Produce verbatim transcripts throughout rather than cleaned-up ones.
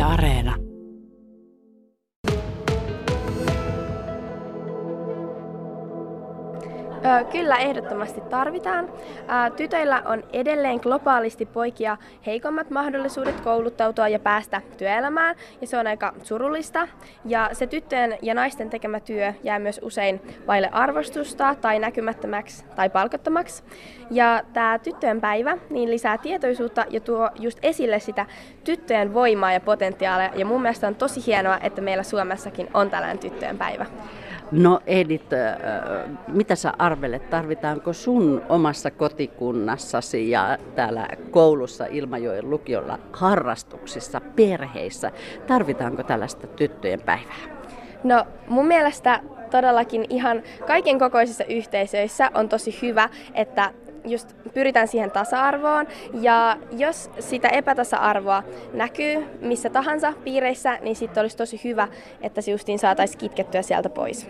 Yle Areena. Kyllä ehdottomasti tarvitaan. Tytöillä on edelleen globaalisti poikia heikommat mahdollisuudet kouluttautua ja päästä työelämään, ja se on aika surullista. Ja se tyttöjen ja naisten tekemä työ jää myös usein vaille arvostusta tai näkymättömäksi tai palkattomaksi. Ja tämä tyttöjen päivä niin lisää tietoisuutta ja tuo just esille sitä tyttöjen voimaa ja potentiaalia. Ja mun mielestä on tosi hienoa, että meillä Suomessakin on tällainen tyttöjen päivä. No Edith, mitä sä arvelet, tarvitaanko sun omassa kotikunnassasi ja täällä koulussa Ilmajoen lukiolla harrastuksissa, perheissä, tarvitaanko tällaista tyttöjen päivää? No mun mielestä todellakin ihan kaiken kokoisissa yhteisöissä on tosi hyvä, että just pyritään siihen tasa-arvoon, ja jos sitä epätasa-arvoa näkyy missä tahansa piireissä, niin sitten olisi tosi hyvä, että se justiin saataisiin kitkettyä sieltä pois.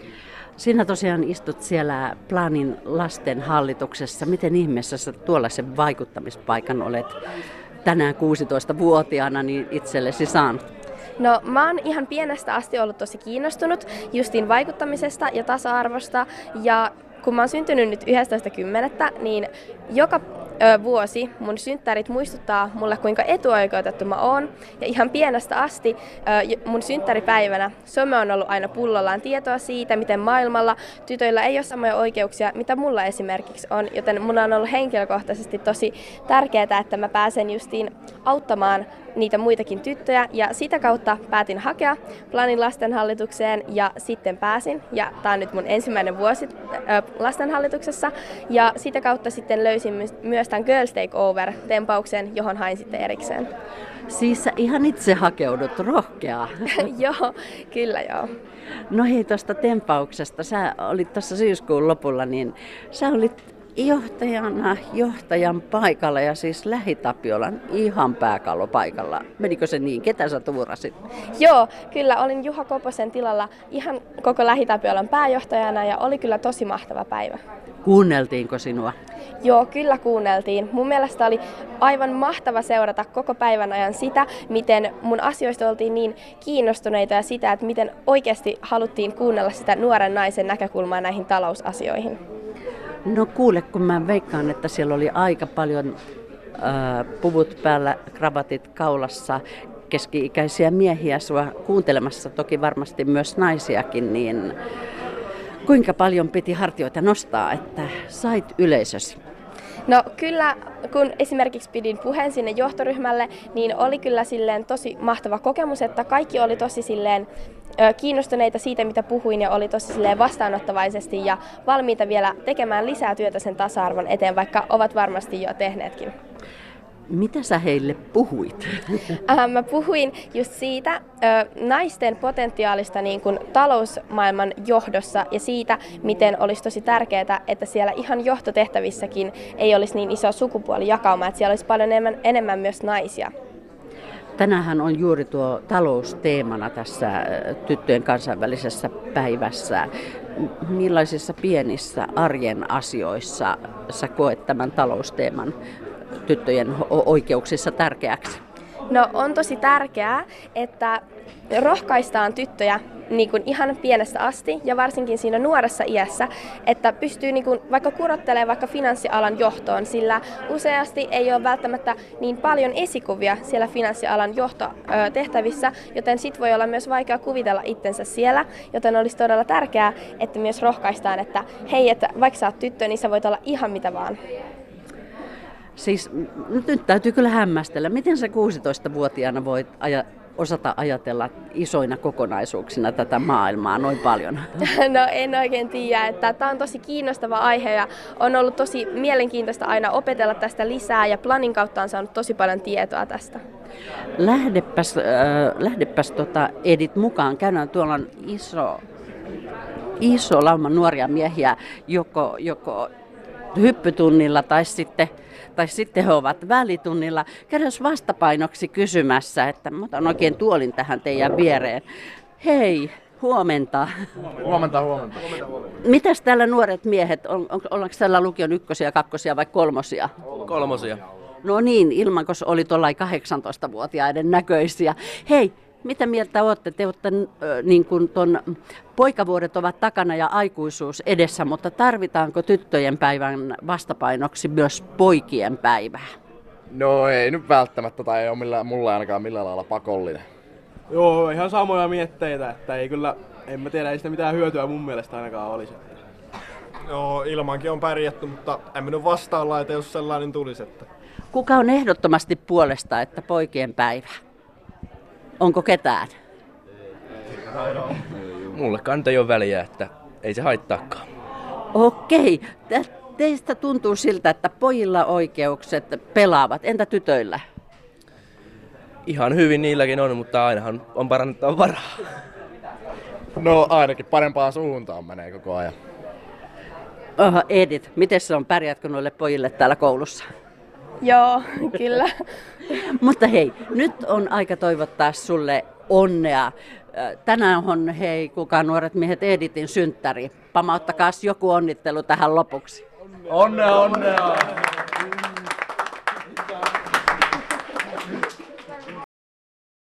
Sinä tosiaan istut siellä Planin lasten hallituksessa. Miten ihmeessä sä tuollaisen vaikuttamispaikan olet tänään kuusitoistavuotiaana niin itsellesi saanut? No mä oon ihan pienestä asti ollut tosi kiinnostunut justiin vaikuttamisesta ja tasa-arvosta, ja kun mä oon syntynyt nyt yhdestoista kymmenettä, niin joka ö, vuosi mun synttärit muistuttaa mulle, kuinka etuoikeutettu mä oon. Ja ihan pienestä asti ö, mun synttäripäivänä some on ollut aina pullollaan tietoa siitä, miten maailmalla tytöillä ei ole samoja oikeuksia, mitä mulla esimerkiksi on. Joten mun on ollut henkilökohtaisesti tosi tärkeää, että mä pääsen justiin auttamaan niitä muitakin tyttöjä, ja sitä kautta päätin hakea Planin lastenhallitukseen ja sitten pääsin, ja tää on nyt mun ensimmäinen vuosi äh, lastenhallituksessa, ja sitä kautta sitten löysin myös tämän Girls Take Over-tempauksen, johon hain sitten erikseen. Siis sä ihan itse hakeudut, rohkeaa. Joo, kyllä joo. No hei, tuosta tempauksesta, sä olit tuossa syyskuun lopulla, niin sä olit johtajana johtajan paikalla ja siis Lähi-Tapiolan ihan pääkallopaikalla. Menikö se niin? Ketä sä tuurasit? Joo, kyllä olin Juha Koposen tilalla ihan koko Lähi-Tapiolan pääjohtajana, ja oli kyllä tosi mahtava päivä. Kuunneltiinko sinua? Joo, kyllä kuunneltiin. Mun mielestä oli aivan mahtava seurata koko päivän ajan sitä, miten mun asioista oltiin niin kiinnostuneita, ja sitä, että miten oikeasti haluttiin kuunnella sitä nuoren naisen näkökulmaa näihin talousasioihin. No kuule, kun mä veikkaan, että siellä oli aika paljon äh, puvut päällä, kravatit kaulassa, keski-ikäisiä miehiä sua kuuntelemassa, toki varmasti myös naisiakin, niin kuinka paljon piti hartioita nostaa, että sait yleisösi? No kyllä, kun esimerkiksi pidin puheen sinne johtoryhmälle, niin oli kyllä silleen tosi mahtava kokemus, että kaikki oli tosi silleen kiinnostuneita siitä, mitä puhuin, ja oli tosi silleen vastaanottavaisesti ja valmiita vielä tekemään lisää työtä sen tasa-arvon eteen, vaikka ovat varmasti jo tehneetkin. Mitä sä heille puhuit? Äh, mä puhuin just siitä äh, naisten potentiaalista niin kuin talousmaailman johdossa, ja siitä, miten olisi tosi tärkeää, että siellä ihan johtotehtävissäkin ei olisi niin iso sukupuolijakauma, että siellä olisi paljon enemmän, enemmän myös naisia. Tänäänhän on juuri tuo talousteemana tässä tyttöjen kansainvälisessä päivässä. Millaisissa pienissä arjen asioissa sä koet tämän talousteeman tyttöjen oikeuksissa tärkeäksi? No on tosi tärkeää, että rohkaistaan tyttöjä niin kuin ihan pienestä asti ja varsinkin siinä nuoressa iässä, että pystyy niin kuin vaikka kurottelemaan vaikka finanssialan johtoon, sillä useasti ei ole välttämättä niin paljon esikuvia siellä finanssialan johtotehtävissä, joten sit voi olla myös vaikea kuvitella itsensä siellä, joten olisi todella tärkeää, että myös rohkaistaan, että hei, että vaikka sä oot tyttö, niin sä voit olla ihan mitä vaan. Siis nyt täytyy kyllä hämmästellä, miten sä kuusitoistavuotiaana voit aja, osata ajatella isoina kokonaisuuksina tätä maailmaa noin paljon? No en oikein tiedä, että tämä on tosi kiinnostava aihe ja on ollut tosi mielenkiintoista aina opetella tästä lisää, ja Planin kautta on saanut tosi paljon tietoa tästä. Lähdepäs, äh, lähdepäs tota Edith mukaan, käydään tuolla on iso, iso lauma nuoria miehiä, joko, joko hyppytunnilla tai sitten, tai sitten he ovat välitunnilla. Käydään vastapainoksi kysymässä, että mä otan oikein tuolin tähän teidän viereen. Hei, huomenta. Huomenta, huomenta. Mitäs täällä nuoret miehet, on, on, ollaanko täällä lukion ykkösiä, kakkosia vai kolmosia? Kolmosia. No niin, Ilmankos oli tuollain kahdeksantoistavuotiaiden näköisiä. Hei, mitä mieltä olette? Te olette äh, niin kuin ton, poikavuodet ovat takana ja aikuisuus edessä, mutta tarvitaanko tyttöjen päivän vastapainoksi myös poikien päivää? No ei nyt välttämättä, tai ei ole millään, mulla ainakaan millään lailla pakollinen. Joo, ihan samoja mietteitä, että ei kyllä, en mä tiedä, ei sitä mitään hyötyä mun mielestä ainakaan olisi. Joo, ilmankin on pärjätty, mutta en minun vastaan laita, jos sellainen tulisi. Että... Kuka on ehdottomasti puolesta, että poikien päivä? Onko ketään? Mulle kanta ei ole väliä, että ei se haittaakaan. Okei, teistä tuntuu siltä, että pojilla oikeukset pelaavat. Entä tytöillä? Ihan hyvin niilläkin on, mutta ainahan on parannettava varaa. No ainakin parempaan suuntaan menee koko ajan. Oho, Edith, miten se on? Pärjätkö noille pojille täällä koulussa? Joo, kyllä. Mutta hei, nyt on aika toivottaa sulle onnea. Tänään on, hei, kukaan nuoret miehet, Edithin synttäri. Pamauttakaas joku onnittelu tähän lopuksi. Onnea, onnea!